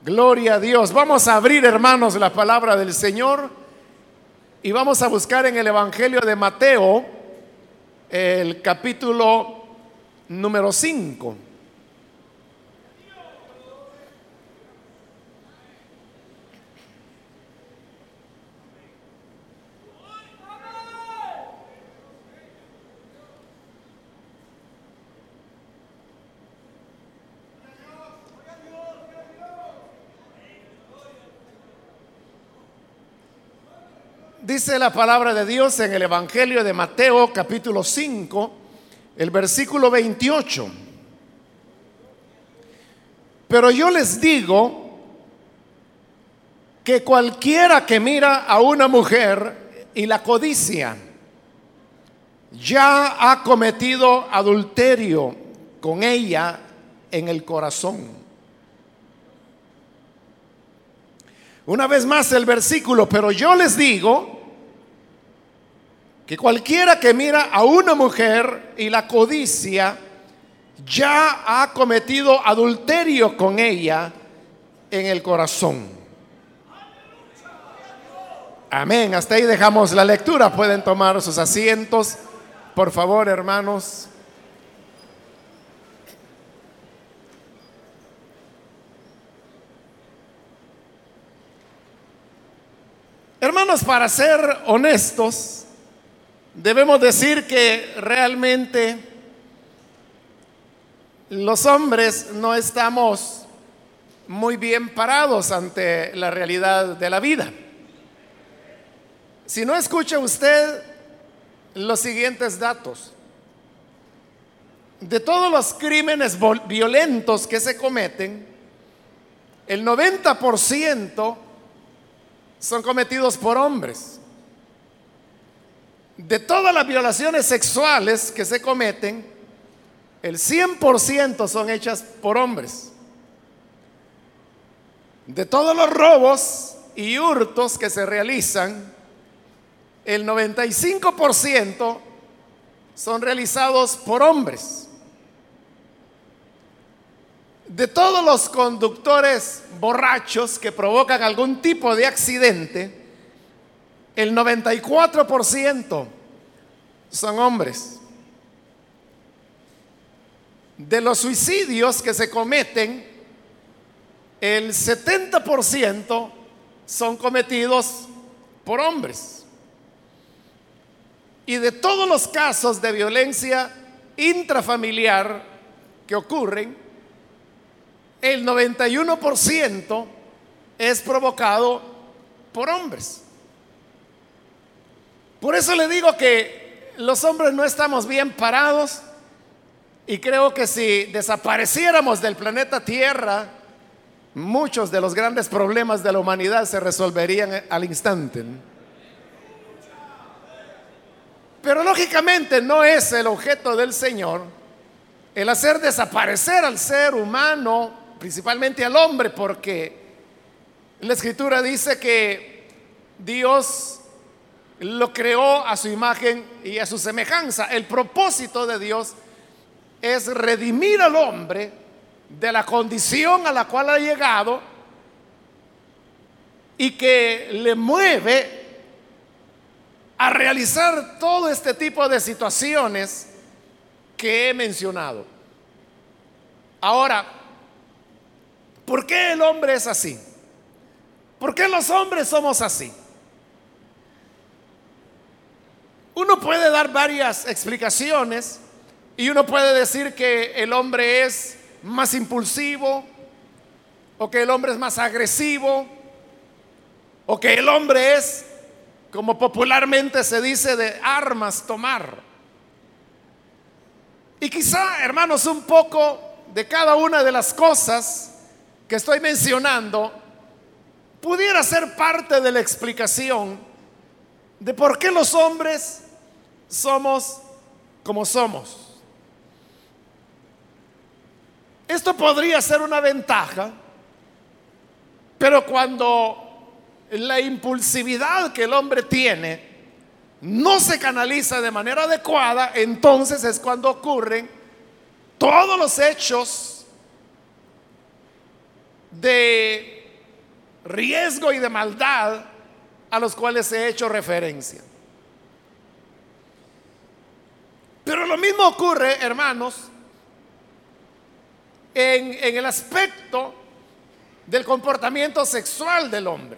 Gloria a Dios. Vamos a abrir, hermanos, la palabra del Señor y vamos a buscar en el Evangelio de Mateo, el capítulo número 5. Dice la palabra de Dios en el Evangelio de Mateo, capítulo 5, el versículo 28. Pero yo les digo que cualquiera que mira a una mujer y la codicia, ya ha cometido adulterio con ella en el corazón. Una vez más el versículo, pero yo les digo que cualquiera que mira a una mujer y la codicia, ya ha cometido adulterio con ella en el corazón. Amén. Hasta ahí dejamos la lectura. Pueden tomar sus asientos, por favor, hermanos. Hermanos, para ser honestos, debemos decir que realmente los hombres no estamos muy bien parados ante la realidad de la vida. Si no escucha usted los siguientes datos, de todos los crímenes violentos que se cometen, el 90% son cometidos por hombres. De todas las violaciones sexuales que se cometen, el 100% son hechas por hombres. De todos los robos y hurtos que se realizan, el 95% son realizados por hombres. De todos los conductores borrachos que provocan algún tipo de accidente, el 94% son hombres. De los suicidios que se cometen, el 70% son cometidos por hombres. Y de todos los casos de violencia intrafamiliar que ocurren, el 91% es provocado por hombres. Por eso le digo que los hombres no estamos bien parados, y creo que si desapareciéramos del planeta Tierra, muchos de los grandes problemas de la humanidad se resolverían al instante. Pero lógicamente no es el objeto del Señor el hacer desaparecer al ser humano, principalmente al hombre, porque la Escritura dice que Dios lo creó a su imagen y a su semejanza. El propósito de Dios es redimir al hombre de la condición a la cual ha llegado y que le mueve a realizar todo este tipo de situaciones que he mencionado. Ahora, ¿por qué el hombre es así? ¿Por qué los hombres somos así? Uno puede dar varias explicaciones y uno puede decir que el hombre es más impulsivo, o que el hombre es más agresivo, o que el hombre es, como popularmente se dice, de armas tomar. Y quizá, hermanos, un poco de cada una de las cosas que estoy mencionando pudiera ser parte de la explicación de por qué los hombres somos como somos. Esto podría ser una ventaja, pero cuando la impulsividad que el hombre tiene no se canaliza de manera adecuada, entonces es cuando ocurren todos los hechos de riesgo y de maldad a los cuales he hecho referencia. Pero lo mismo ocurre, hermanos, en el aspecto del comportamiento sexual del hombre.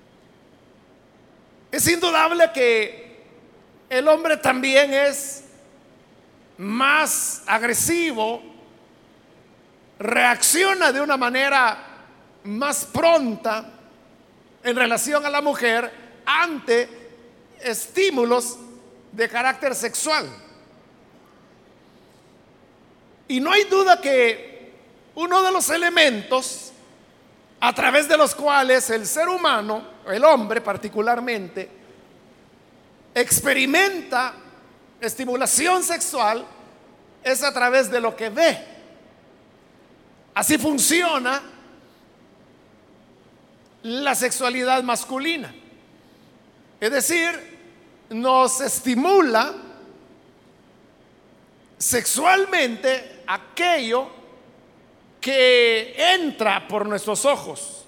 Es indudable que el hombre también es más agresivo, reacciona de una manera más pronta en relación a la mujer ante estímulos de carácter sexual. Y no hay duda que uno de los elementos a través de los cuales el ser humano, el hombre particularmente, experimenta estimulación sexual es a través de lo que ve. Así funciona la sexualidad masculina. Es decir, nos estimula sexualmente aquello que entra por nuestros ojos.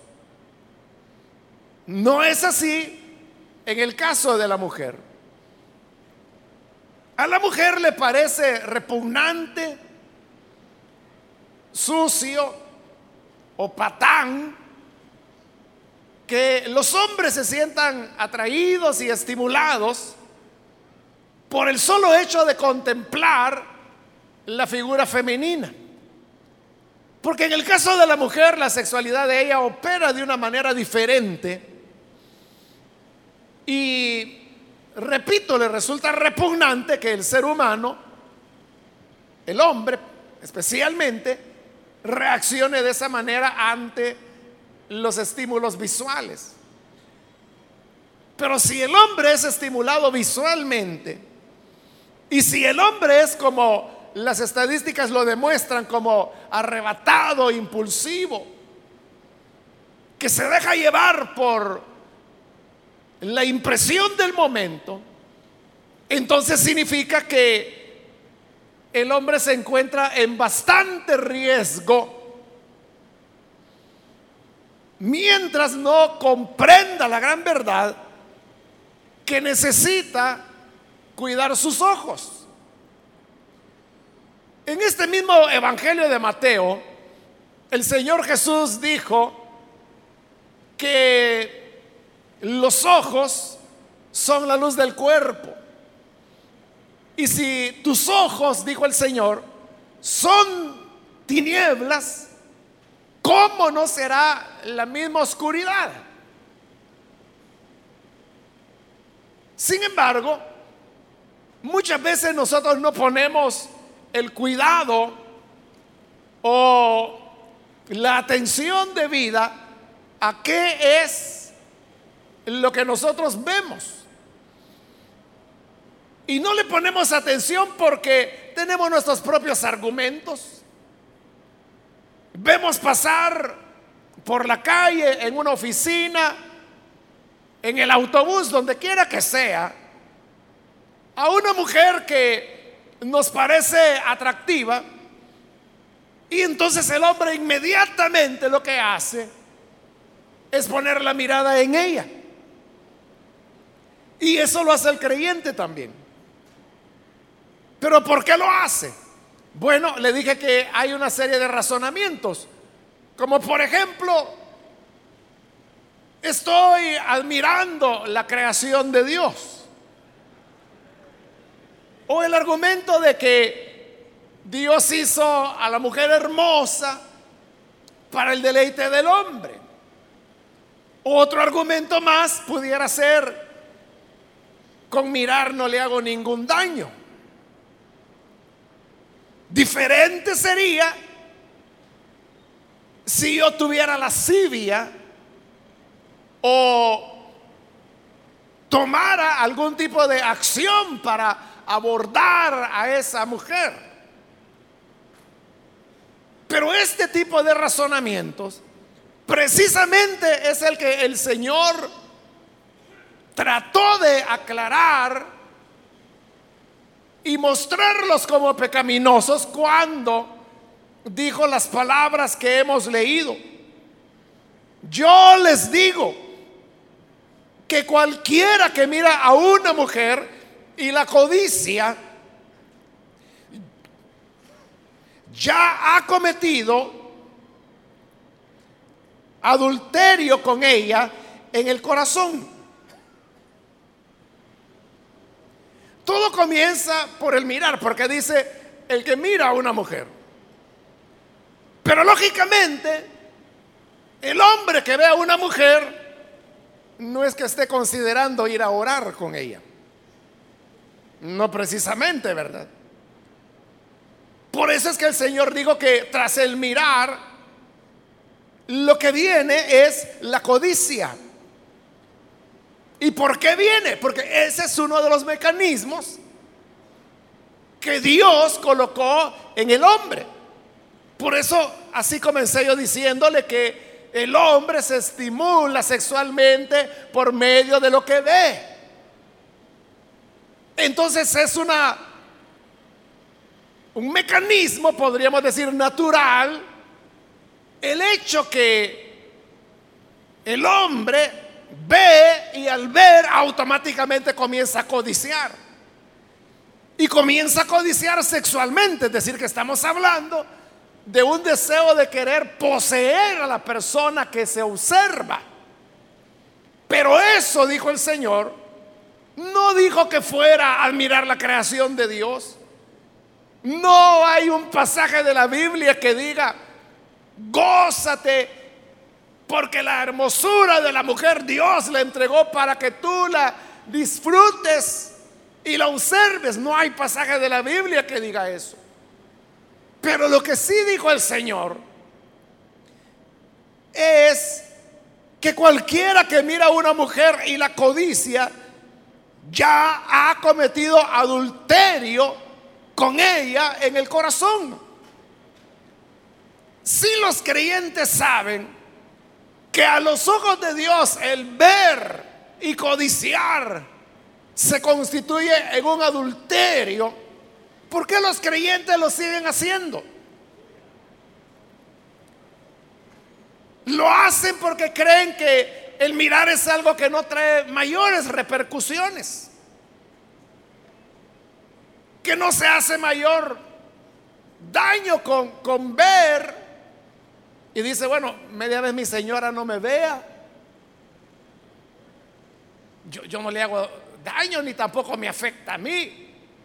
No es así en el caso de la mujer. A la mujer le parece repugnante, sucio o patán que los hombres se sientan atraídos y estimulados por el solo hecho de contemplar la figura femenina. Porque en el caso de la mujer, la sexualidad de ella opera de una manera diferente y, repito, le resulta repugnante que el ser humano, el hombre especialmente, reaccione de esa manera ante los estímulos visuales. Pero si el hombre es estimulado visualmente, y si el hombre es, como las estadísticas lo demuestran, como arrebatado, impulsivo, que se deja llevar por la impresión del momento, entonces significa que el hombre se encuentra en bastante riesgo mientras no comprenda la gran verdad que necesita cuidar sus ojos. En este mismo Evangelio de Mateo, el Señor Jesús dijo que los ojos son la luz del cuerpo. Y si tus ojos, dijo el Señor, son tinieblas, ¿cómo no será la misma oscuridad? Sin embargo, muchas veces nosotros no ponemos el cuidado o la atención debida a qué es lo que nosotros vemos. Y no le ponemos atención porque tenemos nuestros propios argumentos. Vemos pasar por la calle, en una oficina, en el autobús, donde quiera que sea, a una mujer que nos parece atractiva, y entonces el hombre inmediatamente lo que hace es poner la mirada en ella. Y eso lo hace el creyente también. ¿Pero por qué lo hace? Bueno, le dije que hay una serie de razonamientos, como por ejemplo, estoy admirando la creación de Dios. O el argumento de que Dios hizo a la mujer hermosa para el deleite del hombre. Otro argumento más pudiera ser, con mirar no le hago ningún daño. Diferente sería si yo tuviera lascivia o tomara algún tipo de acción para abordar a esa mujer. Pero este tipo de razonamientos precisamente es el que el Señor trató de aclarar y mostrarlos como pecaminosos cuando dijo las palabras que hemos leído. Yo les digo que cualquiera que mira a una mujer y la codicia, ya ha cometido adulterio con ella en el corazón. Todo comienza por el mirar, porque dice el que mira a una mujer. Pero lógicamente, el hombre que ve a una mujer no es que esté considerando ir a orar con ella. No precisamente, ¿verdad? Por eso es que el Señor dijo que tras el mirar, lo que viene es la codicia. ¿Y por qué viene? Porque ese es uno de los mecanismos que Dios colocó en el hombre. Por eso, así comencé yo diciéndole que el hombre se estimula sexualmente por medio de lo que ve. Entonces es un mecanismo, podríamos decir, natural, el hecho que el hombre ve y al ver automáticamente comienza a codiciar. Y comienza a codiciar sexualmente, es decir, que estamos hablando de un deseo de querer poseer a la persona que se observa. Pero eso, dijo el Señor, no dijo que fuera a admirar la creación de Dios. No hay un pasaje de la Biblia que diga: gózate porque la hermosura de la mujer Dios la entregó para que tú la disfrutes y la observes. No hay pasaje de la Biblia que diga eso. Pero lo que sí dijo el Señor es que cualquiera que mira a una mujer y la codicia ya ha cometido adulterio con ella en el corazón. Si los creyentes saben que a los ojos de Dios el ver y codiciar se constituye en un adulterio, ¿por qué los creyentes lo siguen haciendo? Lo hacen porque creen que el mirar es algo que no trae mayores repercusiones, que no se hace mayor daño con ver. Y dice: bueno, media vez mi señora no me vea, yo no le hago daño ni tampoco me afecta a mí.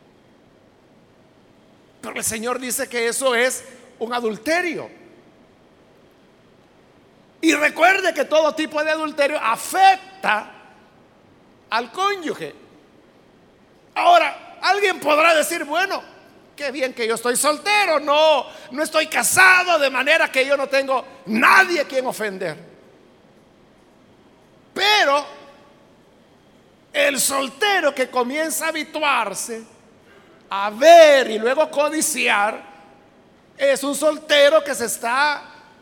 Pero el Señor dice que eso es un adulterio. Y recuerde que todo tipo de adulterio afecta al cónyuge. Ahora, alguien podrá decir: bueno, qué bien que yo estoy soltero, no estoy casado, de manera que yo no tengo nadie a quien ofender. Pero el soltero que comienza a habituarse a ver y luego codiciar es un soltero que se está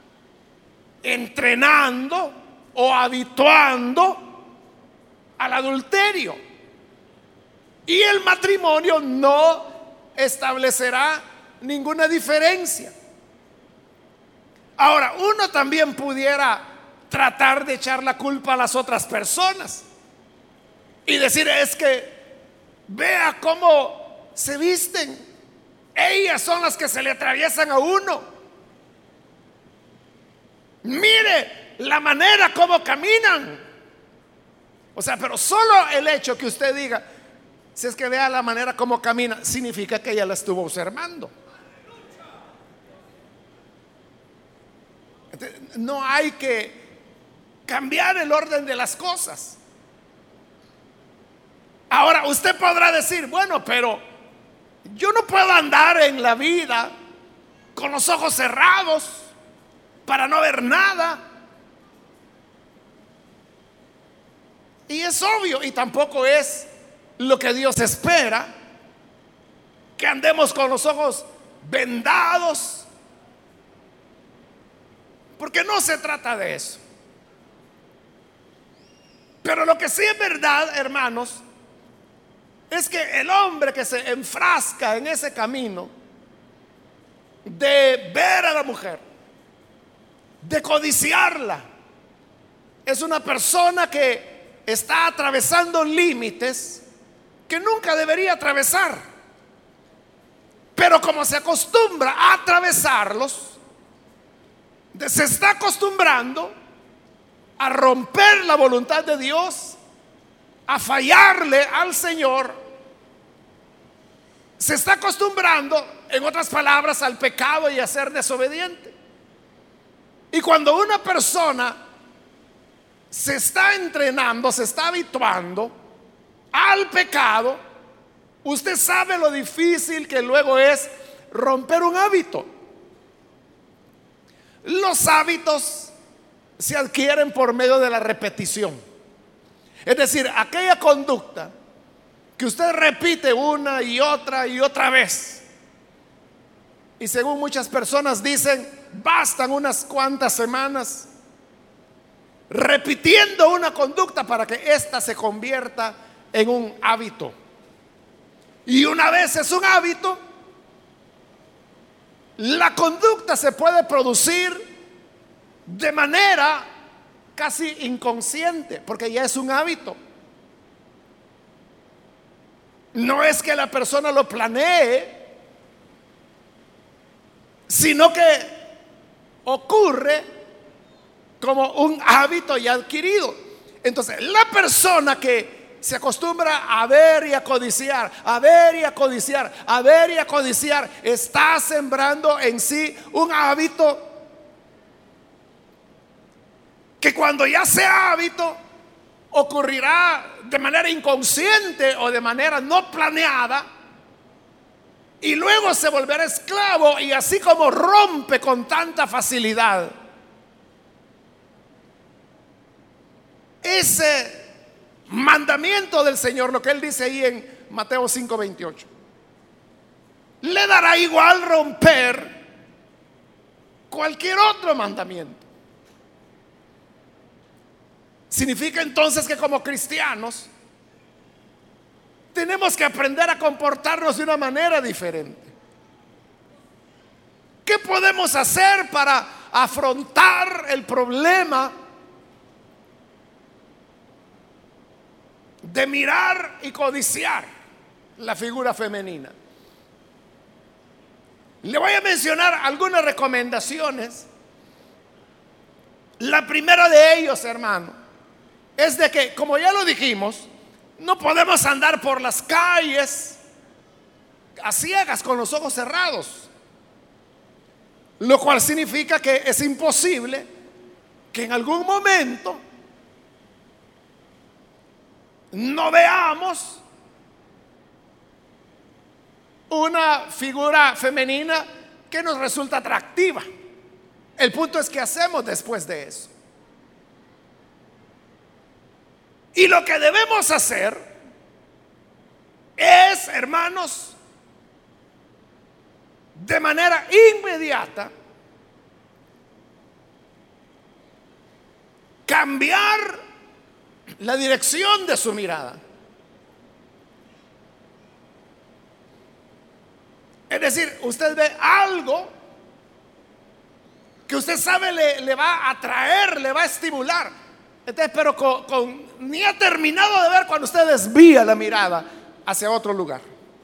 entrenando o habituando al adulterio. Y el matrimonio no establecerá ninguna diferencia. Ahora, uno también pudiera tratar de echar la culpa a las otras personas y decir: es que vea cómo se visten, ellas son las que se le atraviesan a uno, mire la manera como caminan. O sea, pero solo el hecho que usted diga: si es que vea la manera como camina, significa que ella la estuvo observando. Entonces, no hay que cambiar el orden de las cosas. Ahora, usted podrá decir: bueno, pero yo no puedo andar en la vida con los ojos cerrados para no ver nada. Y es obvio, y tampoco es lo que Dios espera, que andemos con los ojos vendados, porque no se trata de eso. Pero lo que sí es verdad, hermanos, es que el hombre que se enfrasca en ese camino de ver a la mujer, de codiciarla, es una persona que está atravesando límites que nunca debería atravesar, pero como se acostumbra a atravesarlos, se está acostumbrando a romper la voluntad de Dios, a fallarle al Señor. Se está acostumbrando, en otras palabras, al pecado y a ser desobediente. Y cuando una persona se está entrenando, se está habituando al pecado, usted sabe lo difícil que luego es romper un hábito. Los hábitos se adquieren por medio de la repetición. Es decir, aquella conducta que usted repite una y otra vez. Y según muchas personas dicen, bastan unas cuantas semanas repitiendo una conducta para que ésta se convierta en un hábito. Y una vez es un hábito, la conducta se puede producir de manera casi inconsciente, porque ya es un hábito. No es que la persona lo planee, sino que ocurre como un hábito ya adquirido. Entonces, la persona que se acostumbra a ver y a codiciar, a ver y a codiciar, a ver y a codiciar, está sembrando en sí un hábito que cuando ya sea hábito ocurrirá de manera inconsciente o de manera no planeada, y luego se volverá esclavo. Y así como rompe con tanta facilidad ese mandamiento del Señor, lo que Él dice ahí en Mateo 5:28, le dará igual romper cualquier otro mandamiento. Significa entonces que como cristianos tenemos que aprender a comportarnos de una manera diferente. ¿Qué podemos hacer para afrontar el problema de mirar y codiciar la figura femenina? Le voy a mencionar algunas recomendaciones. La primera de ellos, hermano, es de que, como ya lo dijimos, no podemos andar por las calles a ciegas con los ojos cerrados, lo cual significa que es imposible que en algún momento no veamos una figura femenina que nos resulta atractiva. El punto es qué hacemos después de eso. Y lo que debemos hacer es, hermanos, de manera inmediata, cambiar la dirección de su mirada. Es decir, usted ve algo que usted sabe le va a atraer, le va a estimular. Entonces, pero ni ha terminado de ver cuando usted desvía la mirada hacia otro lugar.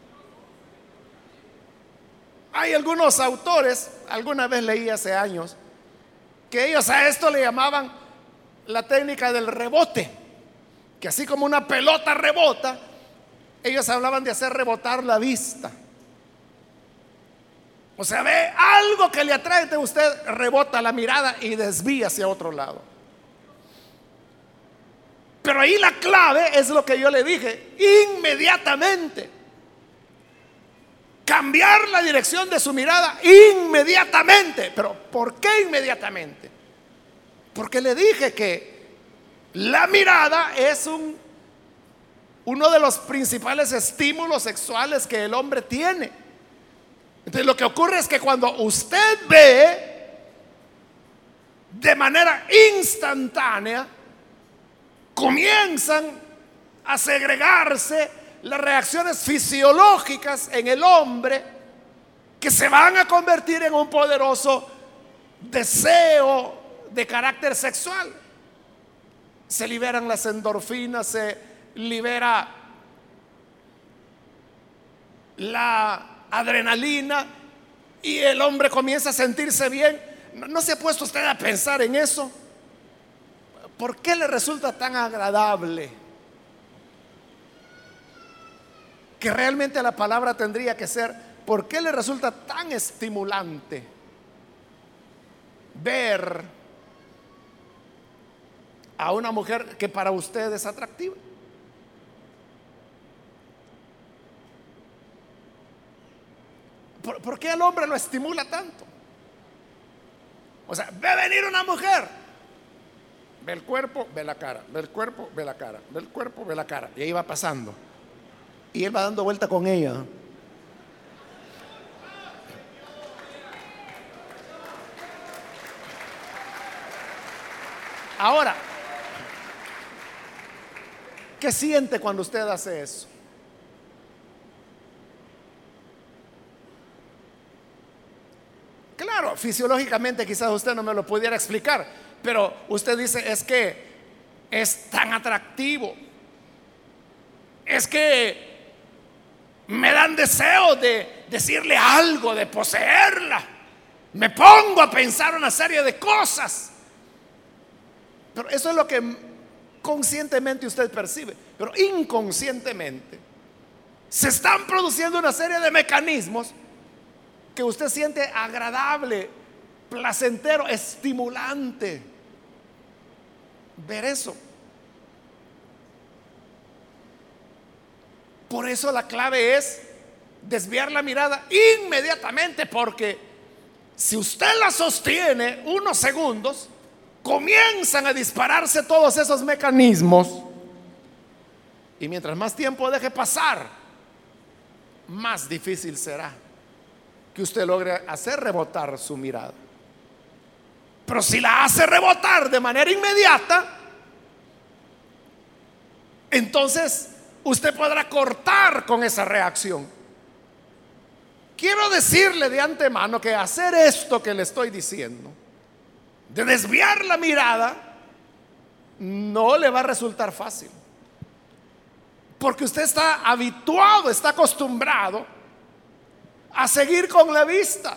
Hay algunos autores, alguna vez leí hace años, que ellos a esto le llamaban la técnica del rebote, que así como una pelota rebota, ellos hablaban de hacer rebotar la vista. O sea, ve algo que le atrae, entonces usted rebota la mirada y desvía hacia otro lado. Pero ahí la clave es lo que yo le dije: inmediatamente cambiar la dirección de su mirada, inmediatamente. Pero ¿por qué inmediatamente? Porque le dije que la mirada es uno de los principales estímulos sexuales que el hombre tiene. Entonces lo que ocurre es que cuando usted ve de manera instantánea, comienzan a segregarse las reacciones fisiológicas en el hombre que se van a convertir en un poderoso deseo de carácter sexual. se liberan las endorfinas, se libera la adrenalina y el hombre comienza a sentirse bien. ¿No se ha puesto usted a pensar en eso? ¿Por qué le resulta tan agradable? Que realmente la palabra tendría que ser, ¿por qué le resulta tan estimulante ver a una mujer que para usted es atractiva? ¿Por qué al hombre lo estimula tanto? O sea, ve venir una mujer, ve el cuerpo, ve la cara, ve el cuerpo, ve la cara, ve el cuerpo, ve la cara, y ahí va pasando y él va dando vuelta con ella. Ahora, ¿qué siente cuando usted hace eso? Claro, fisiológicamente quizás usted no me lo pudiera explicar, pero usted dice, es que es tan atractivo, es que me dan deseo de decirle algo, de poseerla, me pongo a pensar una serie de cosas. Pero eso es lo que conscientemente usted percibe, pero inconscientemente se están produciendo una serie de mecanismos que usted siente agradable, placentero, estimulante ver eso. Por eso la clave es desviar la mirada inmediatamente, porque si usted la sostiene unos segundos, comienzan a dispararse todos esos mecanismos, y mientras más tiempo deje pasar, más difícil será que usted logre hacer rebotar su mirada. Pero si la hace rebotar de manera inmediata, entonces usted podrá cortar con esa reacción. Quiero decirle de antemano que hacer esto que le estoy diciendo, de desviar la mirada, no le va a resultar fácil, porque usted está habituado, está acostumbrado a seguir con la vista.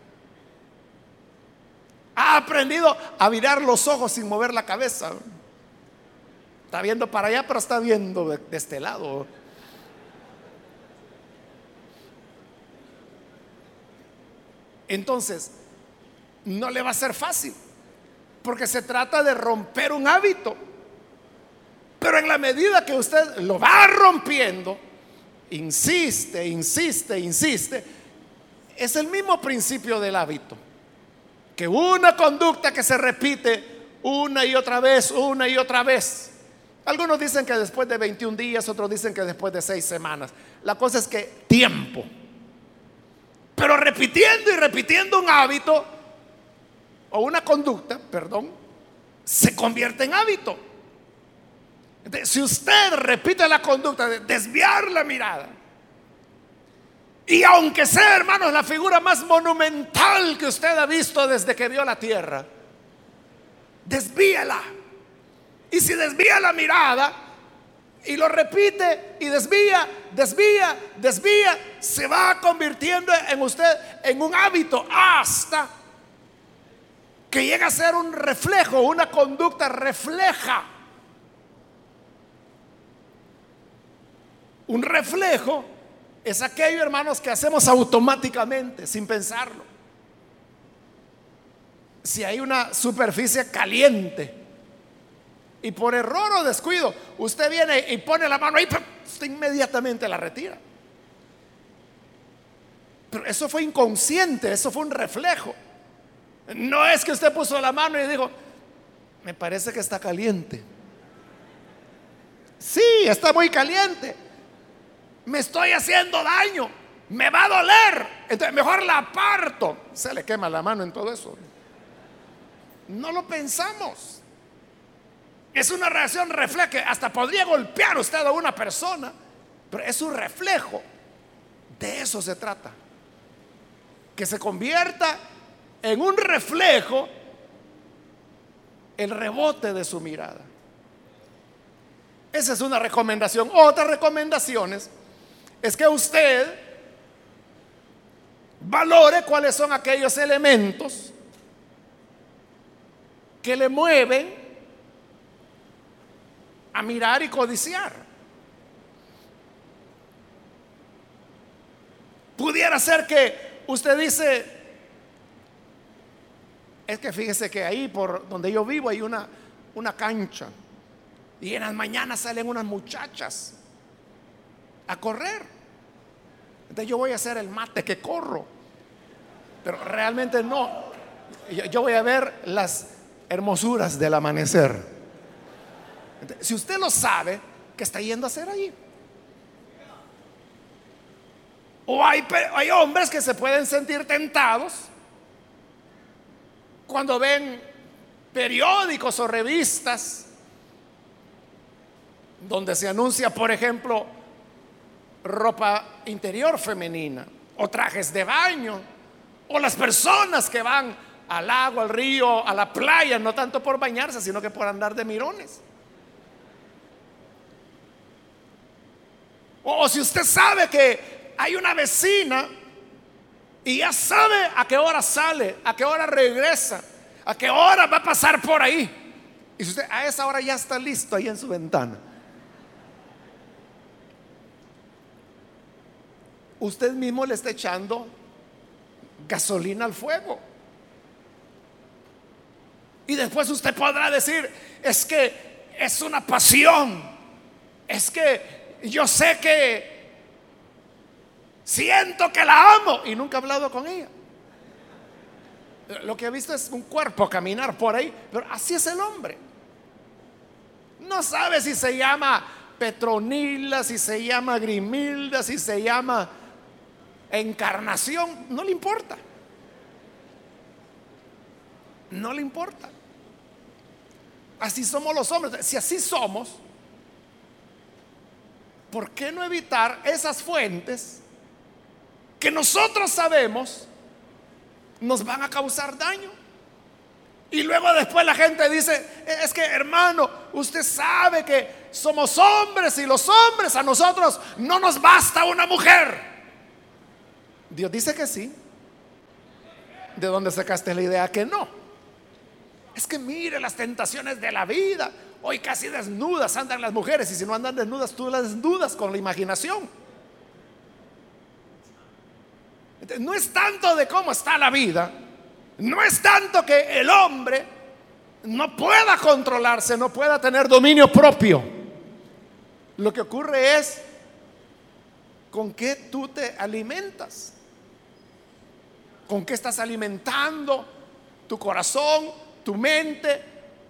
Ha aprendido a mirar los ojos sin mover la cabeza. Está viendo para allá, pero está viendo de este lado. Entonces, no le va a ser fácil, porque se trata de romper un hábito. Pero en la medida que usted lo va rompiendo, insiste, insiste, insiste, es el mismo principio del hábito, que una conducta que se repite una y otra vez, una y otra vez. Algunos dicen que después de 21 días, otros dicen que después de 6 semanas. La cosa es que tiempo. Pero repitiendo y repitiendo un hábito, o una conducta, perdón, se convierte en hábito. Entonces, si usted repite la conducta de desviar la mirada, y aunque sea, hermanos, la figura más monumental que usted ha visto desde que vio la tierra, desvíela. Y si desvía la mirada y lo repite y desvía, desvía, desvía, se va convirtiendo en usted en un hábito, hasta que llega a ser un reflejo, una conducta refleja. Un reflejo es aquello, hermanos, que hacemos automáticamente, sin pensarlo. Si hay una superficie caliente y por error o descuido usted viene y pone la mano ahí, usted inmediatamente la retira. Pero eso fue inconsciente, eso fue un reflejo. No es que usted puso la mano y dijo, me parece que está caliente. Sí, está muy caliente, me estoy haciendo daño, me va a doler, entonces mejor la aparto. Se le quema la mano en todo eso. No lo pensamos. Es una reacción refleja que hasta podría golpear usted a una persona, pero es un reflejo. De eso se trata, que se convierta en un reflejo el rebote de su mirada. Esa es una recomendación. Otras recomendaciones es que usted valore cuáles son aquellos elementos que le mueven a mirar y codiciar. Pudiera ser que usted dice, es que fíjese que ahí por donde yo vivo hay una cancha y en las mañanas salen unas muchachas a correr. Entonces yo voy a hacer el mate que corro, pero realmente no. Yo voy a ver las hermosuras del amanecer. Entonces, si usted lo sabe, ¿qué está yendo a hacer allí? O hay hombres que se pueden sentir tentados cuando ven periódicos o revistas donde se anuncia, por ejemplo, ropa interior femenina o trajes de baño, o las personas que van al lago, al río, a la playa, no tanto por bañarse, sino que por andar de mirones. O si usted sabe que hay una vecina y ya sabe a qué hora sale, a qué hora regresa, a qué hora va a pasar por ahí, y si usted a esa hora ya está listo ahí en su ventana, usted mismo le está echando gasolina al fuego. Y después usted podrá decir, es que es una pasión, es que yo sé que siento que la amo, y nunca he hablado con ella. Lo que he visto es un cuerpo caminar por ahí, pero así es el hombre. No sabe si se llama Petronila, si se llama Grimilda, si se llama Encarnación, no le importa. No le importa. Así somos los hombres. Si así somos, ¿por qué no evitar esas fuentes que nosotros sabemos nos van a causar daño? Y luego después la gente dice, es que hermano, usted sabe que somos hombres y los hombres, a nosotros no nos basta una mujer. Dios dice que sí. ¿De dónde sacaste la idea que no? Es que mire las tentaciones de la vida. Hoy casi desnudas andan las mujeres, y si no andan desnudas, tú las desnudas con la imaginación. Entonces, no es tanto de cómo está la vida, no es tanto que el hombre no pueda controlarse, no pueda tener dominio propio. Lo que ocurre es con qué tú te alimentas, con qué estás alimentando tu corazón, tu mente.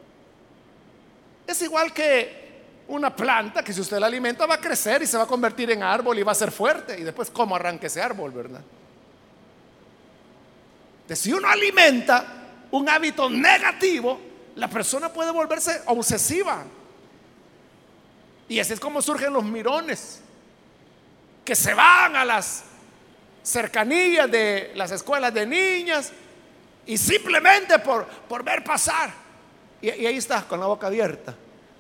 Es igual que una planta que si usted la alimenta va a crecer y se va a convertir en árbol y va a ser fuerte, y después cómo arranca ese árbol, ¿verdad? Entonces, si uno alimenta un hábito negativo, la persona puede volverse obsesiva, y así es como surgen los mirones que se van a las cercanías de las escuelas de niñas y simplemente por ver pasar, y ahí estás con la boca abierta.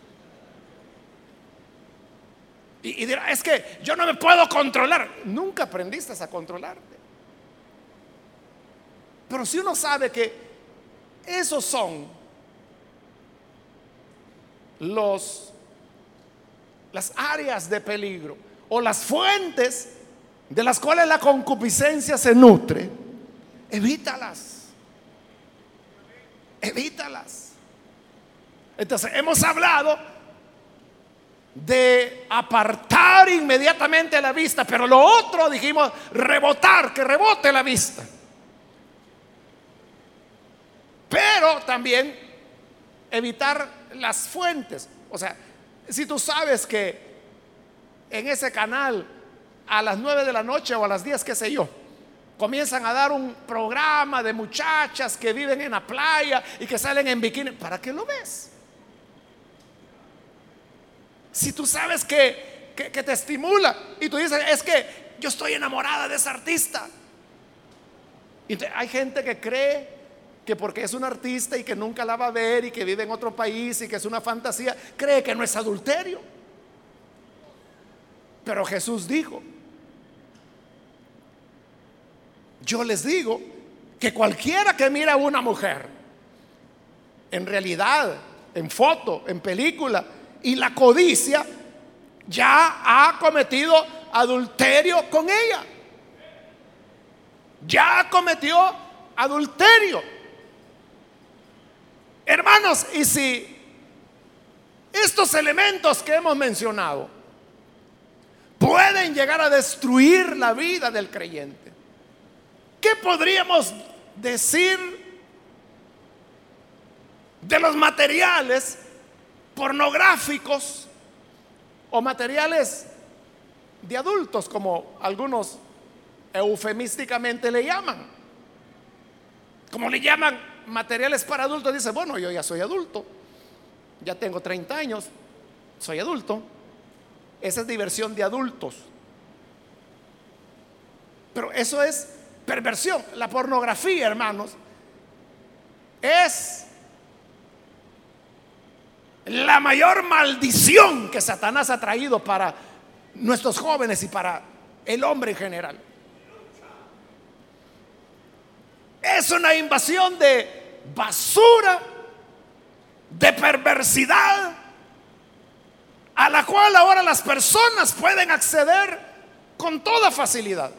Y dirá, es que yo no me puedo controlar. Nunca aprendiste a controlarte. Pero si uno sabe que esos son las áreas de peligro o las fuentes de las cuales la concupiscencia se nutre, evítalas. Evítalas. Entonces hemos hablado de apartar inmediatamente la vista, pero lo otro dijimos rebotar, que rebote la vista. Pero también evitar las fuentes. O sea, si tú sabes que en ese canal a las 9 de la noche o a las 10, qué sé yo, comienzan a dar un programa de muchachas que viven en la playa y que salen en bikini, ¿para qué lo ves? Si tú sabes que te estimula y tú dices, es que yo estoy enamorada de esa artista. Y hay gente que cree que porque es un artista y que nunca la va a ver y que vive en otro país y que es una fantasía, cree que no es adulterio. Pero Jesús dijo: yo les digo que cualquiera que mira a una mujer, en realidad, en foto, en película, y la codicia, ya ha cometido adulterio con ella. Ya cometió adulterio. Hermanos, y si estos elementos que hemos mencionado pueden llegar a destruir la vida del creyente, ¿qué podríamos decir de los materiales pornográficos o materiales de adultos, como algunos eufemísticamente le llaman? Como le llaman materiales para adultos, dice: bueno, yo ya soy adulto, ya tengo 30 años, soy adulto. Esa es diversión de adultos. Pero eso es perversión. La pornografía, hermanos, es la mayor maldición que Satanás ha traído para nuestros jóvenes y para el hombre en general. Es una invasión de basura, de perversidad, a la cual ahora las personas pueden acceder con toda facilidad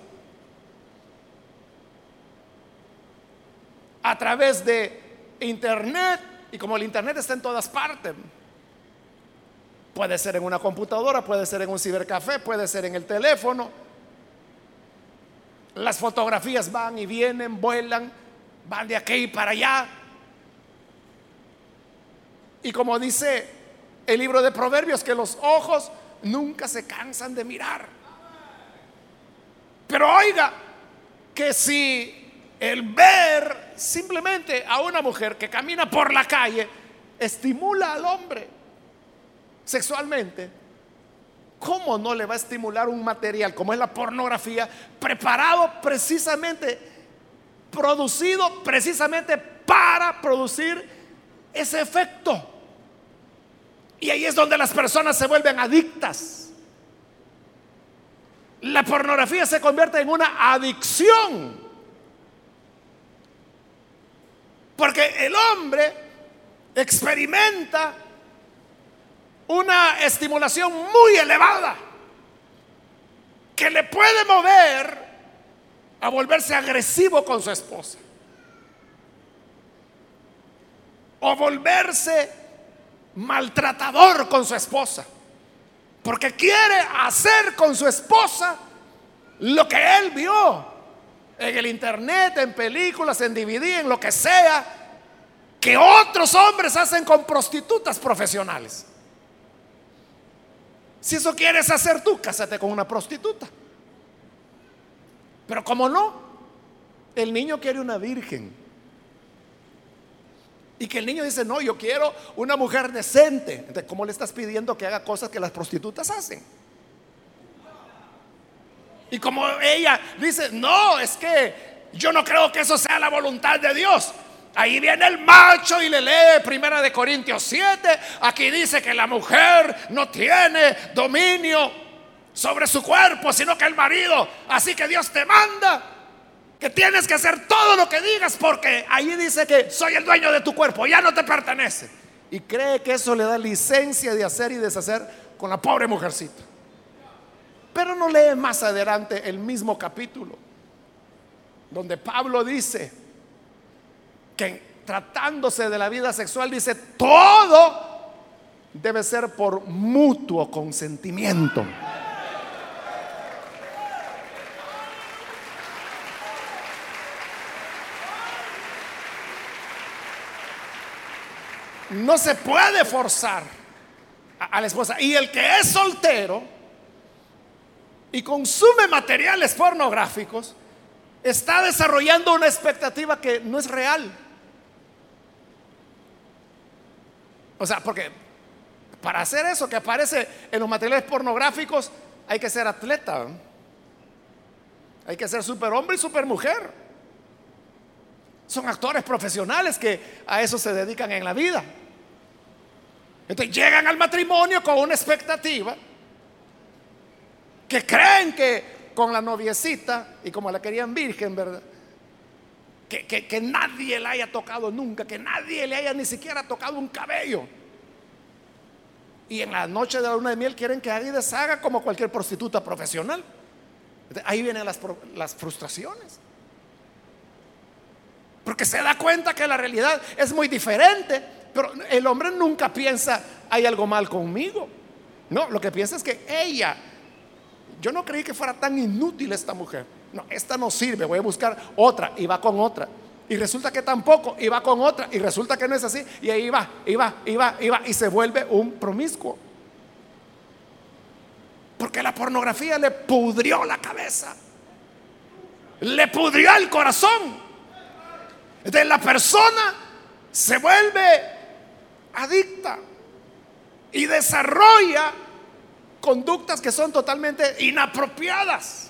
a través de internet. Y como el internet está en todas partes, puede ser en una computadora, puede ser en un cibercafé, puede ser en el teléfono. Las fotografías van y vienen, vuelan, van de aquí para allá. Y como dice el libro de Proverbios, que los ojos nunca se cansan de mirar. Pero oiga, que si el ver simplemente a una mujer que camina por la calle estimula al hombre sexualmente, ¿cómo no le va a estimular un material como es la pornografía, preparado precisamente, producido precisamente para producir ese efecto? Y ahí es donde las personas se vuelven adictas. La pornografía se convierte en una adicción, porque el hombre experimenta una estimulación muy elevada que le puede mover a volverse agresivo con su esposa, o volverse maltratador con su esposa, porque quiere hacer con su esposa lo que él vio en el internet, en películas, en DVD, en lo que sea, que otros hombres hacen con prostitutas profesionales. Si eso quieres hacer tú, cásate con una prostituta. Pero como no, el niño quiere una virgen. Y que el niño dice: no, yo quiero una mujer decente. Entonces, ¿cómo le estás pidiendo que haga cosas que las prostitutas hacen? Y como ella dice: no, es que yo no creo que eso sea la voluntad de Dios. Ahí viene el macho y le lee 1 Corintios 7. Aquí dice que la mujer no tiene dominio sobre su cuerpo, sino que el marido. Así que Dios te manda que tienes que hacer todo lo que digas, porque ahí dice que soy el dueño de tu cuerpo, ya no te pertenece. Y cree que eso le da licencia de hacer y deshacer con la pobre mujercita. Pero no lee más adelante el mismo capítulo, donde Pablo dice que tratándose de la vida sexual, dice: todo debe ser por mutuo consentimiento. No se puede forzar a la esposa. Y el que es soltero y consume materiales pornográficos está desarrollando una expectativa que no es real. O sea, porque para hacer eso que aparece en los materiales pornográficos hay que ser atleta, ¿no? Hay que ser superhombre y supermujer. Son actores profesionales que a eso se dedican en la vida. Entonces llegan al matrimonio con una expectativa que creen que con la noviecita, y como la querían virgen, ¿verdad? Que nadie la haya tocado nunca, que nadie le haya ni siquiera tocado un cabello. Y en la noche de la luna de miel quieren que haga y deshaga como cualquier prostituta profesional. Ahí vienen las frustraciones. Porque se da cuenta que la realidad es muy diferente. Pero el hombre nunca piensa, hay algo mal conmigo. No, lo que piensa es que ella, yo no creí que fuera tan inútil esta mujer. No, esta no sirve, voy a buscar otra, y va con otra. Y resulta que tampoco, y va con otra, y resulta que no es así. Y ahí va, y se vuelve un promiscuo. Porque la pornografía le pudrió la cabeza, le pudrió el corazón. Entonces la persona se vuelve adicta y desarrolla conductas que son totalmente inapropiadas.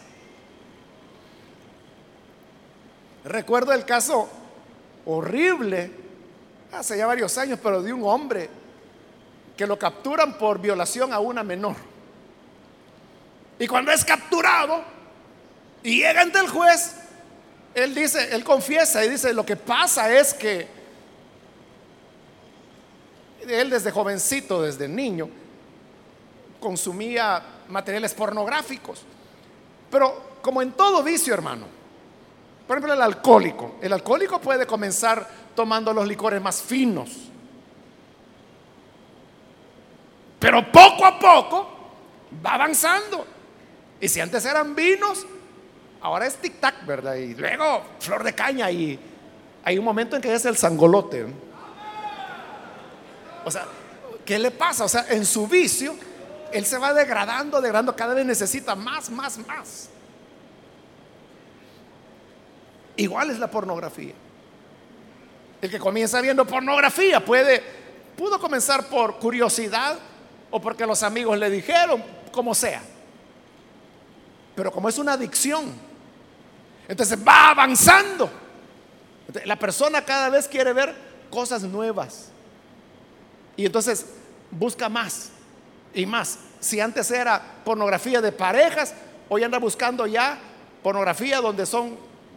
Recuerdo el caso horrible, hace ya varios años, pero de un hombre que lo capturan por violación a una menor. Y cuando es capturado y llega ante el juez, él confiesa y dice: lo que pasa es que él desde jovencito, desde niño, consumía materiales pornográficos. Pero como en todo vicio, hermano, por ejemplo, el alcohólico puede comenzar tomando los licores más finos, pero poco a poco va avanzando. Y si antes eran vinos, ahora es tic-tac, ¿verdad? Y luego flor de caña, y hay un momento en que es el sangolote. O sea, ¿qué le pasa? O sea, en su vicio, él se va degradando, cada vez necesita más. Igual es la pornografía. El que comienza viendo pornografía pudo comenzar por curiosidad o porque los amigos le dijeron, como sea. Pero como es una adicción, entonces va avanzando. Entonces, la persona cada vez quiere ver cosas nuevas. Y entonces busca más y más. Si antes era pornografía de parejas, hoy anda buscando ya pornografía donde son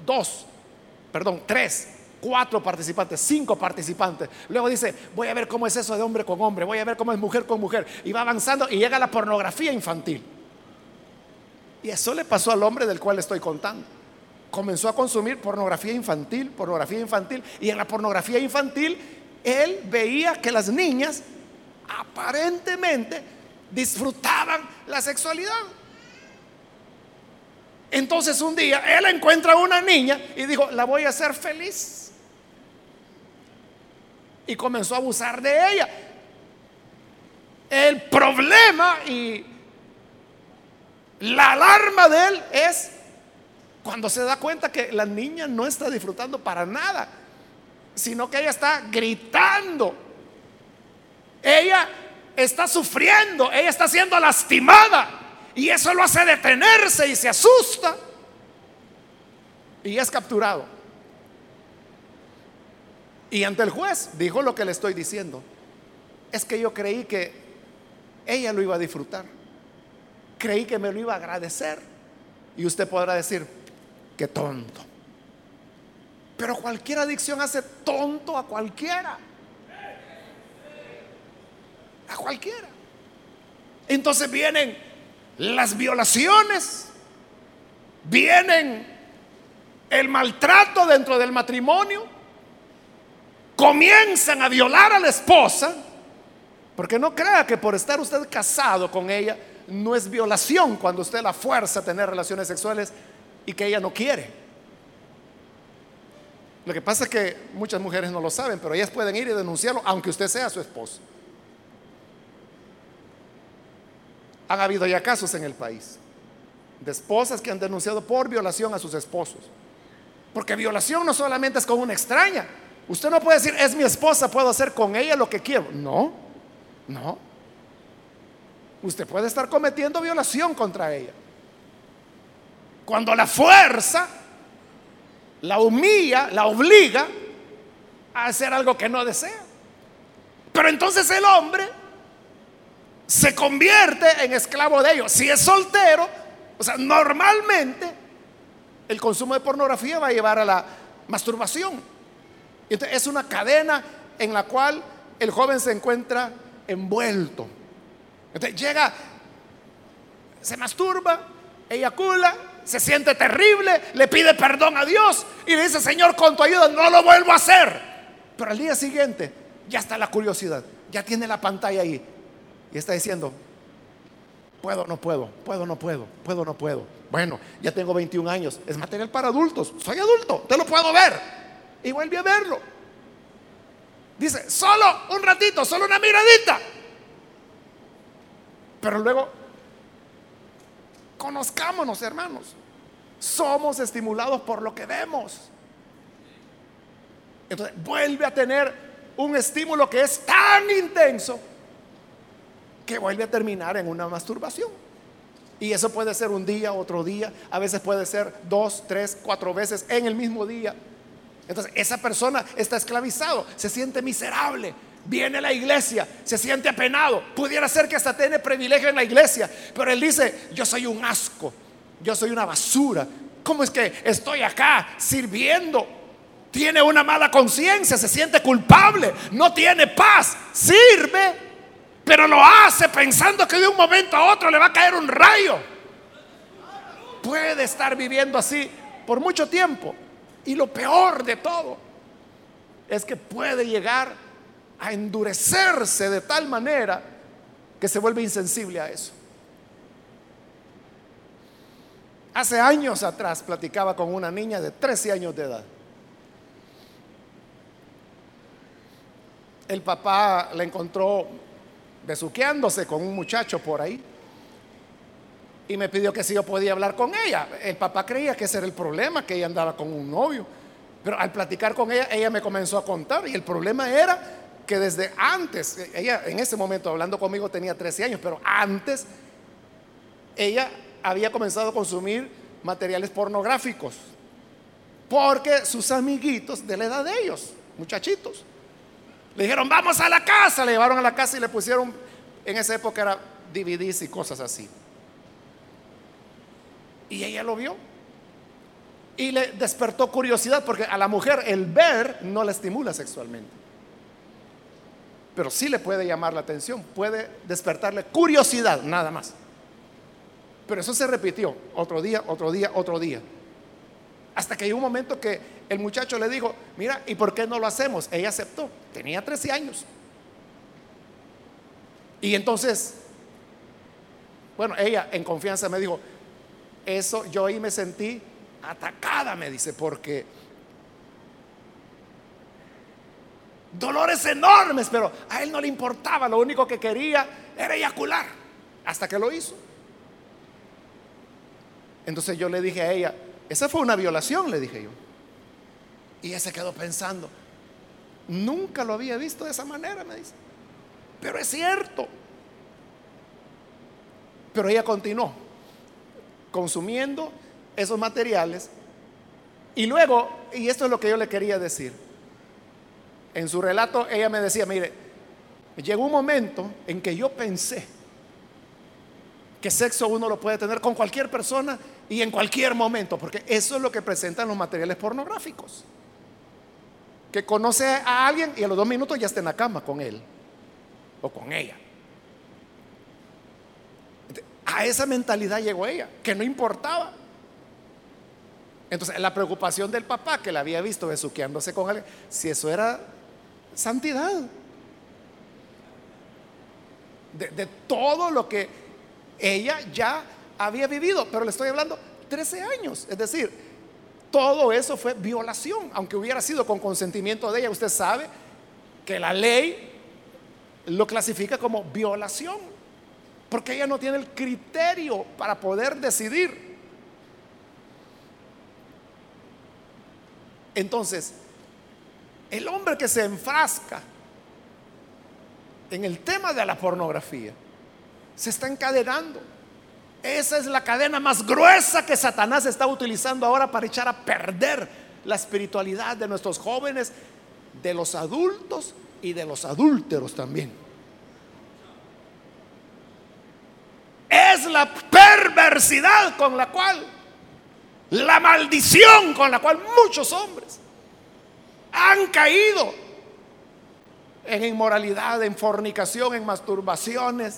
3, 4 participantes, 5 participantes. Luego dice: voy a ver cómo es eso de hombre con hombre, voy a ver cómo es mujer con mujer. Y va avanzando y llega a la pornografía infantil. Y eso le pasó al hombre del cual estoy contando. Comenzó a consumir pornografía infantil. Y en la pornografía infantil él veía que las niñas aparentemente disfrutaban la sexualidad. Entonces un día él encuentra a una niña y dijo: la voy a hacer feliz. Y comenzó a abusar de ella. El problema y la alarma de él es cuando se da cuenta que la niña no está disfrutando para nada, sino que ella está gritando, ella está sufriendo, ella está siendo lastimada, y eso lo hace detenerse y se asusta y es capturado. Y ante el juez dijo lo que le estoy diciendo: es que yo creí que ella lo iba a disfrutar, creí que me lo iba a agradecer. Y usted podrá decir: qué tonto. Pero cualquier adicción hace tonto a cualquiera. A cualquiera. Entonces vienen las violaciones, vienen el maltrato dentro del matrimonio, comienzan a violar a la esposa. Porque no crea que por estar usted casado con ella no es violación cuando usted la fuerza a tener relaciones sexuales y que ella no quiere. Lo que pasa es que muchas mujeres no lo saben, pero ellas pueden ir y denunciarlo aunque usted sea su esposo. Han habido ya casos en el país de esposas que han denunciado por violación a sus esposos. Porque violación no solamente es con una extraña. Usted no puede decir: es mi esposa, puedo hacer con ella lo que quiero. No. Usted puede estar cometiendo violación contra ella cuando la fuerza, la humilla, la obliga a hacer algo que no desea. Pero entonces el hombre se convierte en esclavo de ello. Si es soltero, O sea, normalmente el consumo de pornografía va a llevar a la masturbación. Entonces, es una cadena en la cual el joven se encuentra envuelto. Entonces llega, se masturba, eyacula, se siente terrible, le pide perdón a Dios y le dice: Señor, con tu ayuda no lo vuelvo a hacer. Pero al día siguiente ya está la curiosidad, ya tiene la pantalla ahí y está diciendo: puedo, no puedo, puedo, no puedo, puedo, no puedo. Bueno, ya tengo 21 años, es material para adultos, soy adulto, te lo puedo ver. Y vuelve a verlo. Dice: solo un ratito, solo una miradita. Pero luego, conozcámonos, hermanos. Somos estimulados por lo que vemos. Entonces vuelve a tener un estímulo que es tan intenso que vuelve a terminar en una masturbación. Y eso puede ser un día, otro día, a veces puede ser 2, 3, 4 veces en el mismo día. Entonces esa persona está esclavizado, se siente miserable, viene a la iglesia, se siente apenado, pudiera ser que hasta tiene privilegio en la iglesia, pero él dice: yo soy un asco, yo soy una basura. ¿Cómo es que estoy acá sirviendo? Tiene una mala conciencia, se siente culpable, no tiene paz, sirve, pero lo hace pensando que de un momento a otro le va a caer un rayo. Puede estar viviendo así por mucho tiempo. Y lo peor de todo es que puede llegar a endurecerse de tal manera que se vuelve insensible a eso. Hace años atrás platicaba con una niña de 13 años de edad. El papá la encontró besuqueándose con un muchacho por ahí y me pidió que si yo podía hablar con ella. El papá creía que ese era el problema, que ella andaba con un novio, pero al platicar con ella, ella me comenzó a contar, y el problema era que desde antes, ella en ese momento hablando conmigo tenía 13 años, pero antes ella había comenzado a consumir materiales pornográficos porque sus amiguitos de la edad de ellos, muchachitos, le dijeron: vamos a la casa. Le llevaron a la casa y le pusieron, en esa época era DVDs y cosas así. Y ella lo vio y le despertó curiosidad, porque a la mujer el ver no la estimula sexualmente, pero sí le puede llamar la atención, puede despertarle curiosidad, nada más. Pero eso se repitió otro día, otro día, otro día, hasta que llegó un momento que el muchacho le dijo: mira, ¿y por qué no lo hacemos? Ella aceptó, tenía 13 años. Y entonces, bueno, ella en confianza me dijo: eso, yo ahí me sentí atacada, me dice, porque dolores enormes, pero a él no le importaba, lo único que quería era eyacular, hasta que lo hizo. Entonces yo le dije a ella: esa fue una violación, le dije yo. Y ella se quedó pensando: nunca lo había visto de esa manera, me dice, pero es cierto. Pero ella continuó consumiendo esos materiales. Y luego, y esto es lo que yo le quería decir, en su relato ella me decía: mire, llegó un momento en que yo pensé que sexo uno lo puede tener con cualquier persona y en cualquier momento, porque eso es lo que presentan los materiales pornográficos, que conoce a alguien y a los 2 minutos ya está en la cama con él o con ella. A esa mentalidad llegó ella, que no importaba. Entonces la preocupación del papá, que la había visto besuqueándose con alguien, si eso era santidad, de todo lo que ella ya había vivido. Pero le estoy hablando 13 años, es decir, todo eso fue violación, aunque hubiera sido con consentimiento de ella. Usted sabe que la ley lo clasifica como violación, porque ella no tiene el criterio para poder decidir. Entonces, el hombre que se enfrasca en el tema de la pornografía se está encadenando. Esa es la cadena más gruesa que Satanás está utilizando ahora para echar a perder la espiritualidad de nuestros jóvenes, de los adultos y de los adúlteros también. Es es la perversidad con la cual, la maldición con la cual muchos hombres han caído en inmoralidad, en fornicación, en masturbaciones,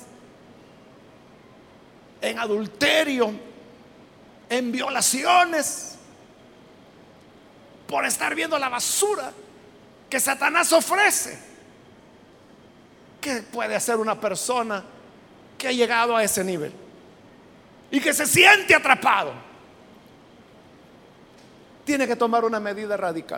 en adulterio, en violaciones, por estar viendo la basura que Satanás ofrece. ¿Qué puede hacer una persona que ha llegado a ese nivel y que se siente atrapado? Tiene que tomar una medida radical.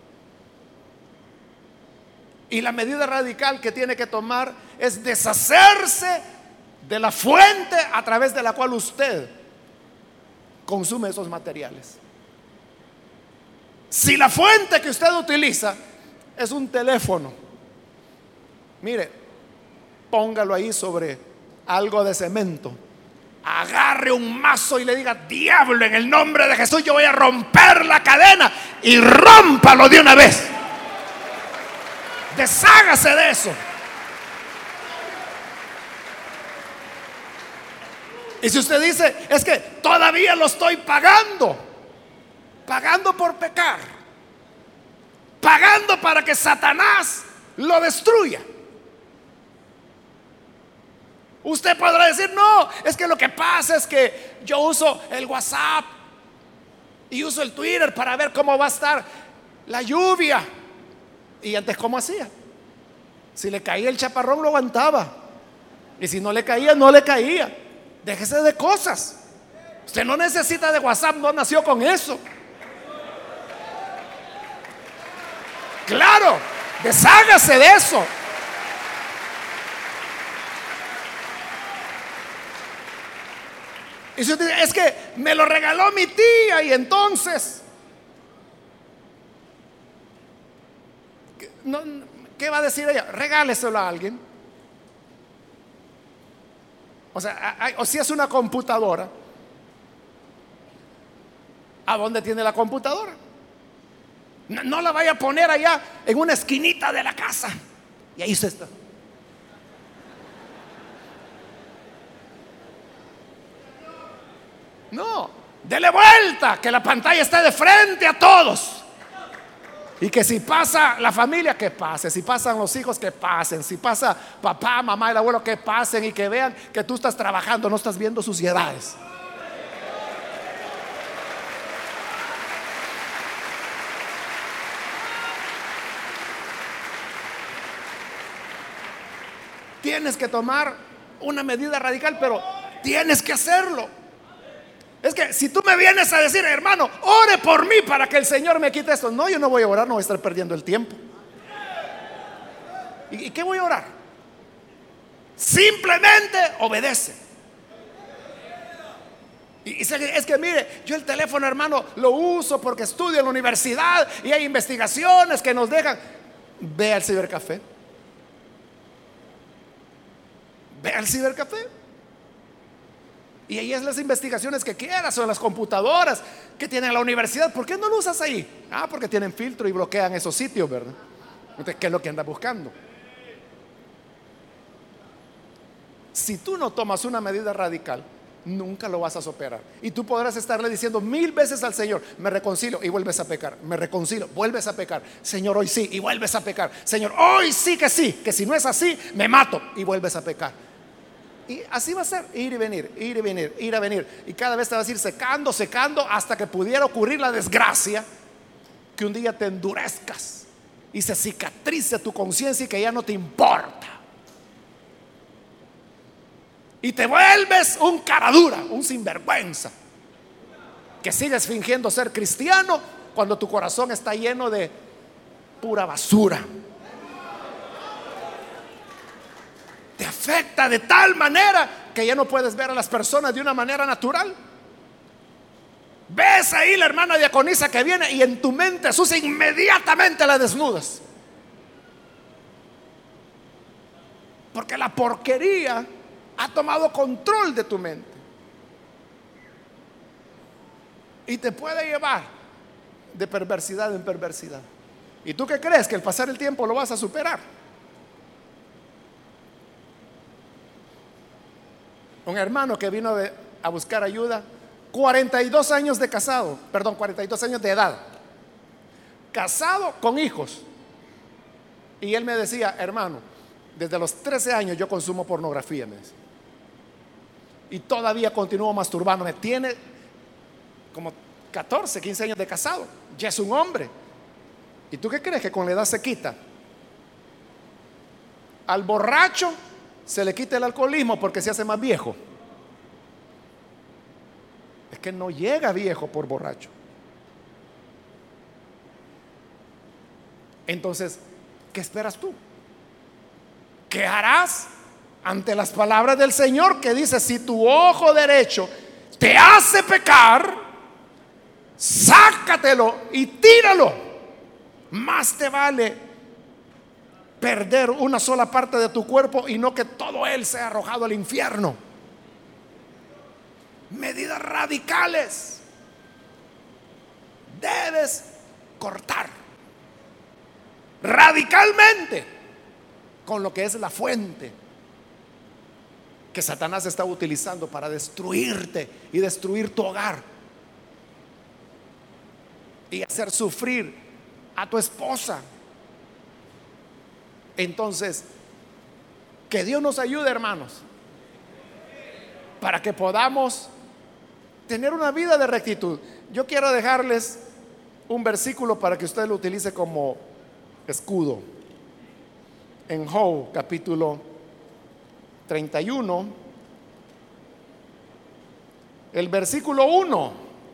Y la medida radical que tiene que tomar es deshacerse de la fuente a través de la cual usted consume esos materiales. Si la fuente que usted utiliza es un teléfono, mire, póngalo ahí sobre algo de cemento, agarre un mazo y le diga: diablo, en el nombre de Jesús yo voy a romper la cadena, y rómpalo de una vez. Deshágase de eso. Y si usted dice: es que todavía lo estoy pagando por pecar, pagando para que Satanás lo destruya, usted podrá decir: no, es que lo que pasa es que yo uso el WhatsApp y uso el Twitter para ver cómo va a estar la lluvia. Y antes, ¿cómo hacía? Si le caía el chaparrón, lo aguantaba, y si no le caía, no le caía. Déjese de cosas. Usted no necesita de WhatsApp, no nació con eso. Claro, deshágase de eso. Y si usted dice: es que me lo regaló mi tía, y entonces ¿qué va a decir ella? Regáleselo a alguien. O si es una computadora, ¿a dónde tiene la computadora? No la vaya a poner allá en una esquinita de la casa y ahí se está. No, dele vuelta, que la pantalla esté de frente a todos. Y que si pasa la familia, que pase. Si pasan los hijos, que pasen. Si pasa papá, mamá, el abuelo, que pasen. Y que vean que tú estás trabajando, no estás viendo suciedades. Tienes que tomar una medida radical, pero tienes que hacerlo. Es que si tú me vienes a decir: hermano, ore por mí para que el Señor me quite esto. No, yo no voy a orar, no voy a estar perdiendo el tiempo. ¿Y qué voy a orar? Simplemente obedece. Y es que mire, yo el teléfono, hermano, lo uso porque estudio en la universidad y hay investigaciones que nos dejan. Ve al cibercafé. Ve al cibercafé. Y ahí es las investigaciones que quieras, o las computadoras que tienen la universidad. ¿Por qué no lo usas ahí? Porque tienen filtro y bloquean esos sitios, ¿verdad? Entonces, ¿qué es lo que andas buscando? Si tú no tomas una medida radical, nunca lo vas a superar. Y tú podrás estarle diciendo 1000 veces al Señor: me reconcilio, y vuelves a pecar. Me reconcilio, vuelves a pecar. Señor, hoy sí, y vuelves a pecar. Señor, hoy sí, que si no es así, me mato, y vuelves a pecar. Y así va a ser, ir y venir, ir y venir, ir a venir. Y cada vez te vas a ir secando, secando, hasta que pudiera ocurrir la desgracia que un día te endurezcas y se cicatrice tu conciencia y que ya no te importa. Y te vuelves un caradura, un sinvergüenza, que sigues fingiendo ser cristiano cuando tu corazón está lleno de pura basura. Te afecta de tal manera que ya no puedes ver a las personas de una manera natural. Ves ahí la hermana diaconisa que viene y en tu mente sucia, inmediatamente la desnudas. Porque la porquería ha tomado control de tu mente y te puede llevar de perversidad en perversidad. ¿Y tú qué crees? ¿Que al pasar el tiempo lo vas a superar? un hermano que vino a buscar ayuda, 42 años de casado, perdón, 42 años de edad, casado con hijos. Y él me decía, hermano, desde los 13 años yo consumo pornografía, me decía, y todavía continúo masturbándome. Tiene como 14, 15 años de casado, ya es un hombre. ¿Y tú qué crees? Que con la edad se quita. Al borracho se le quita el alcoholismo porque se hace más viejo. Es que no llega viejo por borracho. Entonces, ¿qué esperas tú? ¿Qué harás ante las palabras del Señor que dice: si tu ojo derecho te hace pecar, sácatelo y tíralo? Más te vale perder una sola parte de tu cuerpo y no que todo él sea arrojado al infierno. Medidas radicales. Debes cortar radicalmente con lo que es la fuente que Satanás está utilizando para destruirte y destruir tu hogar y hacer sufrir a tu esposa. Entonces, que Dios nos ayude, hermanos, para que podamos tener una vida de rectitud. Yo quiero dejarles un versículo para que usted lo utilice como escudo. En Job capítulo 31, el versículo 1.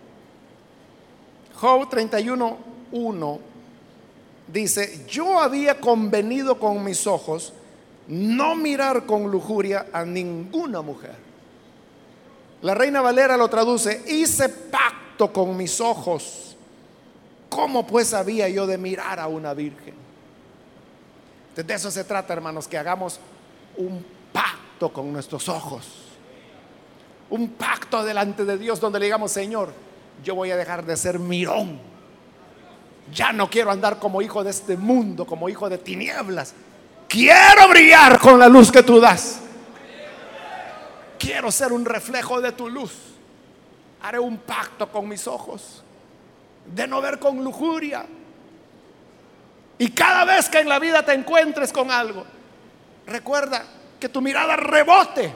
Job 31, 1 dice: yo había convenido con mis ojos no mirar con lujuria a ninguna mujer. La Reina Valera lo traduce: hice pacto con mis ojos, ¿cómo pues había yo de mirar a una virgen? Entonces, de eso se trata, hermanos, que hagamos un pacto con nuestros ojos, un pacto delante de Dios donde le digamos: Señor, yo voy a dejar de ser mirón, ya no quiero andar como hijo de este mundo, como hijo de tinieblas, quiero brillar con la luz que tú das, quiero ser un reflejo de tu luz. Haré un pacto con mis ojos de no ver con lujuria. Y cada vez que en la vida te encuentres con algo, recuerda que tu mirada rebote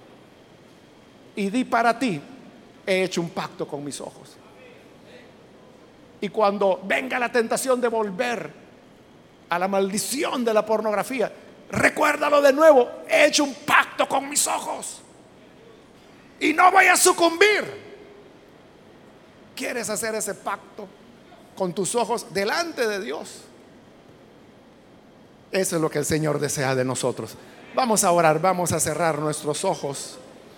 y di para ti: he hecho un pacto con mis ojos. Y cuando venga la tentación de volver a la maldición de la pornografía, recuérdalo de nuevo: he hecho un pacto con mis ojos y no voy a sucumbir. ¿Quieres hacer ese pacto con tus ojos delante de Dios? Eso es lo que el Señor desea de nosotros. Vamos a orar, vamos a cerrar nuestros ojos.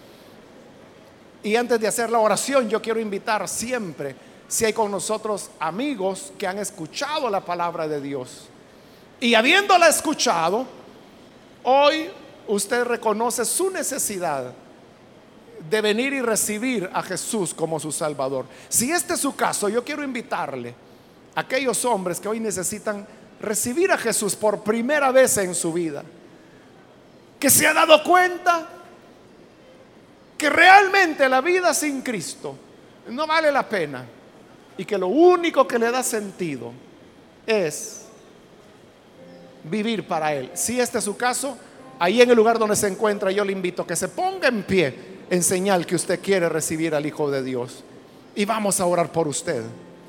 Y antes de hacer la oración, yo quiero invitar siempre, si hay con nosotros amigos que han escuchado la palabra de Dios y habiéndola escuchado, hoy usted reconoce su necesidad de venir y recibir a Jesús como su Salvador. Si este es su caso, yo quiero invitarle a aquellos hombres que hoy necesitan recibir a Jesús por primera vez en su vida, que se ha dado cuenta que realmente la vida sin Cristo no vale la pena y que lo único que le da sentido es vivir para Él. Si este es su caso, ahí en el lugar donde se encuentra, yo le invito a que se ponga en pie en señal que usted quiere recibir al Hijo de Dios, y vamos a orar por usted.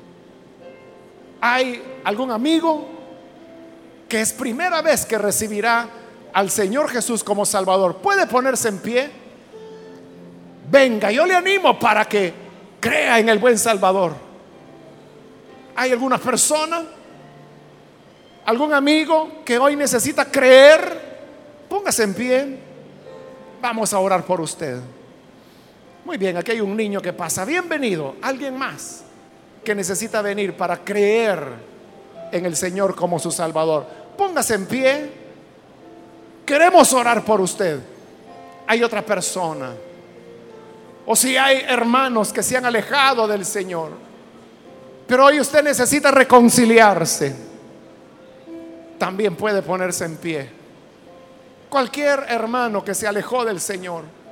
¿Hay algún amigo que es primera vez que recibirá al Señor Jesús como Salvador? ¿Puede ponerse en pie? Venga, yo le animo para que crea en el buen Salvador. ¿Hay alguna persona, algún amigo que hoy necesita creer? Póngase en pie. Vamos a orar por usted. Muy bien, aquí hay un niño que pasa. Bienvenido. ¿Alguien más que necesita venir para creer en el Señor como su Salvador? Póngase en pie. Queremos orar por usted. Hay otra persona, o si hay hermanos que se han alejado del Señor, pero hoy usted necesita reconciliarse, también puede ponerse en pie. Cualquier hermano que se alejó del Señor,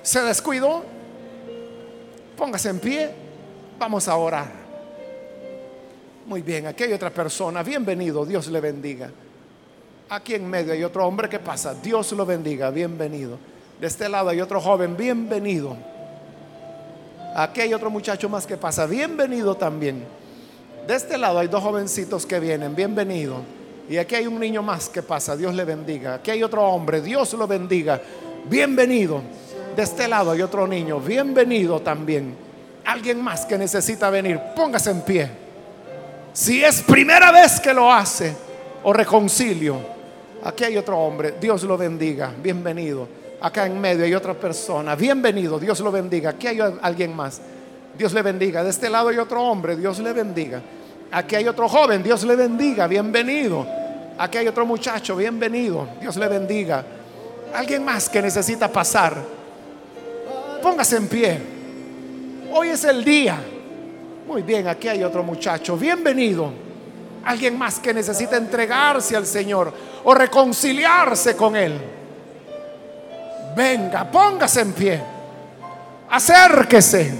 se descuidó, póngase en pie, vamos a orar. Muy bien, aquí hay otra persona, bienvenido, Dios le bendiga. Aquí en medio hay otro hombre que pasa, Dios lo bendiga, bienvenido. De este lado hay otro joven, bienvenido. Aquí hay otro muchacho más que pasa, bienvenido también. De este lado hay dos jovencitos que vienen, bienvenido. Y aquí hay un niño más que pasa, Dios le bendiga. Aquí hay otro hombre, Dios lo bendiga, bienvenido. De este lado hay otro niño, bienvenido también. Alguien más que necesita venir, póngase en pie. Si es primera vez que lo hace o reconcilio, aquí hay otro hombre, Dios lo bendiga, bienvenido. Acá en medio hay otra persona, bienvenido, Dios lo bendiga. Aquí hay alguien más, Dios le bendiga. De este lado hay otro hombre, Dios le bendiga. Aquí hay otro joven, Dios le bendiga, bienvenido. Aquí hay otro muchacho, bienvenido, Dios le bendiga. Alguien más que necesita pasar, póngase en pie. Hoy es el día. Muy bien, aquí hay otro muchacho, bienvenido. Alguien más que necesita entregarse al Señor o reconciliarse con Él, venga, póngase en pie, acérquese.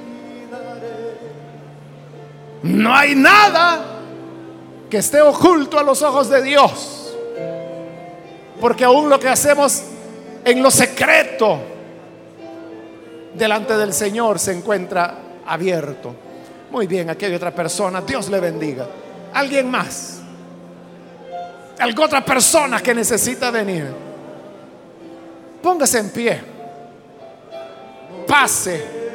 No hay nada que esté oculto a los ojos de Dios, porque aún lo que hacemos en lo secreto delante del Señor se encuentra abierto. Muy bien, aquí hay otra persona, Dios le bendiga. Alguien más, alguna otra persona que necesita venir, póngase en pie, pase.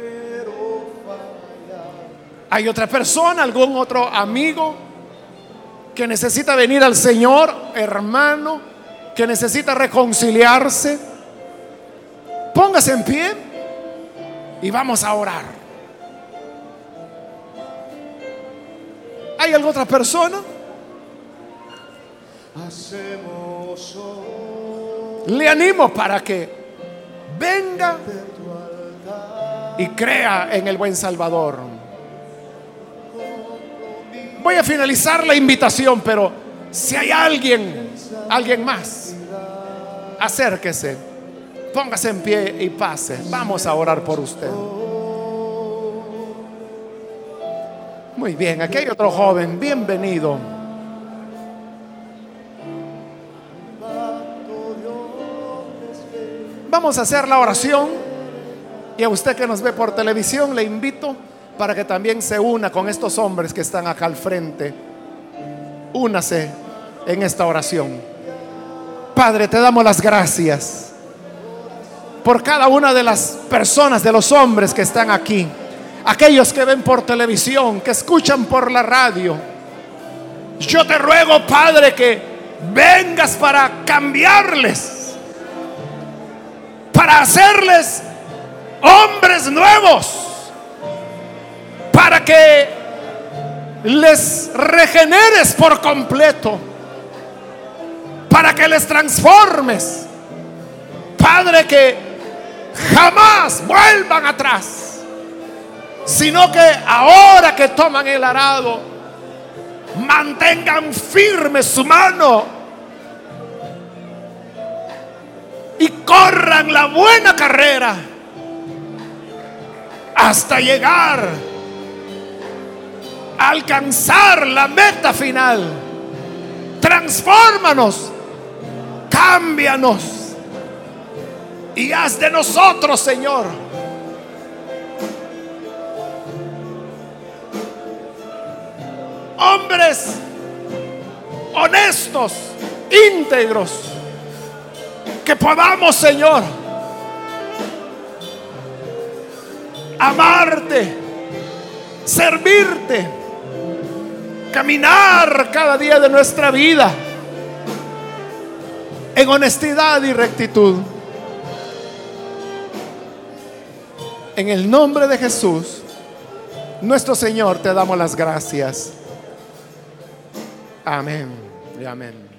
Hay otra persona, algún otro amigo que necesita venir al Señor, hermano, que necesita reconciliarse. Póngase en pie y vamos a orar. ¿Hay alguna otra persona? Le animo para que venga y crea en el buen Salvador. Voy a finalizar la invitación, pero si hay alguien más, acérquese, póngase en pie y pase. Vamos a orar por usted. Muy bien, aquí hay otro joven, bienvenido. Vamos a hacer la oración y a usted que nos ve por televisión le invito para que también se una con estos hombres que están acá al frente. Únase en esta oración. Padre, te damos las gracias por cada una de las personas, de los hombres que están aquí, aquellos que ven por televisión, que escuchan por la radio. Yo te ruego, Padre, que vengas para cambiarles, para hacerles hombres nuevos, para que les regeneres por completo, para que les transformes, Padre, que jamás vuelvan atrás, sino que ahora que toman el arado, mantengan firme su mano y corran la buena carrera hasta llegar a alcanzar la meta final. Transfórmanos, cámbianos y haz de nosotros, Señor, hombres honestos, íntegros, que podamos, Señor, amarte, servirte, caminar cada día de nuestra vida en honestidad y rectitud. En el nombre de Jesús, nuestro Señor, te damos las gracias. Amén y amén.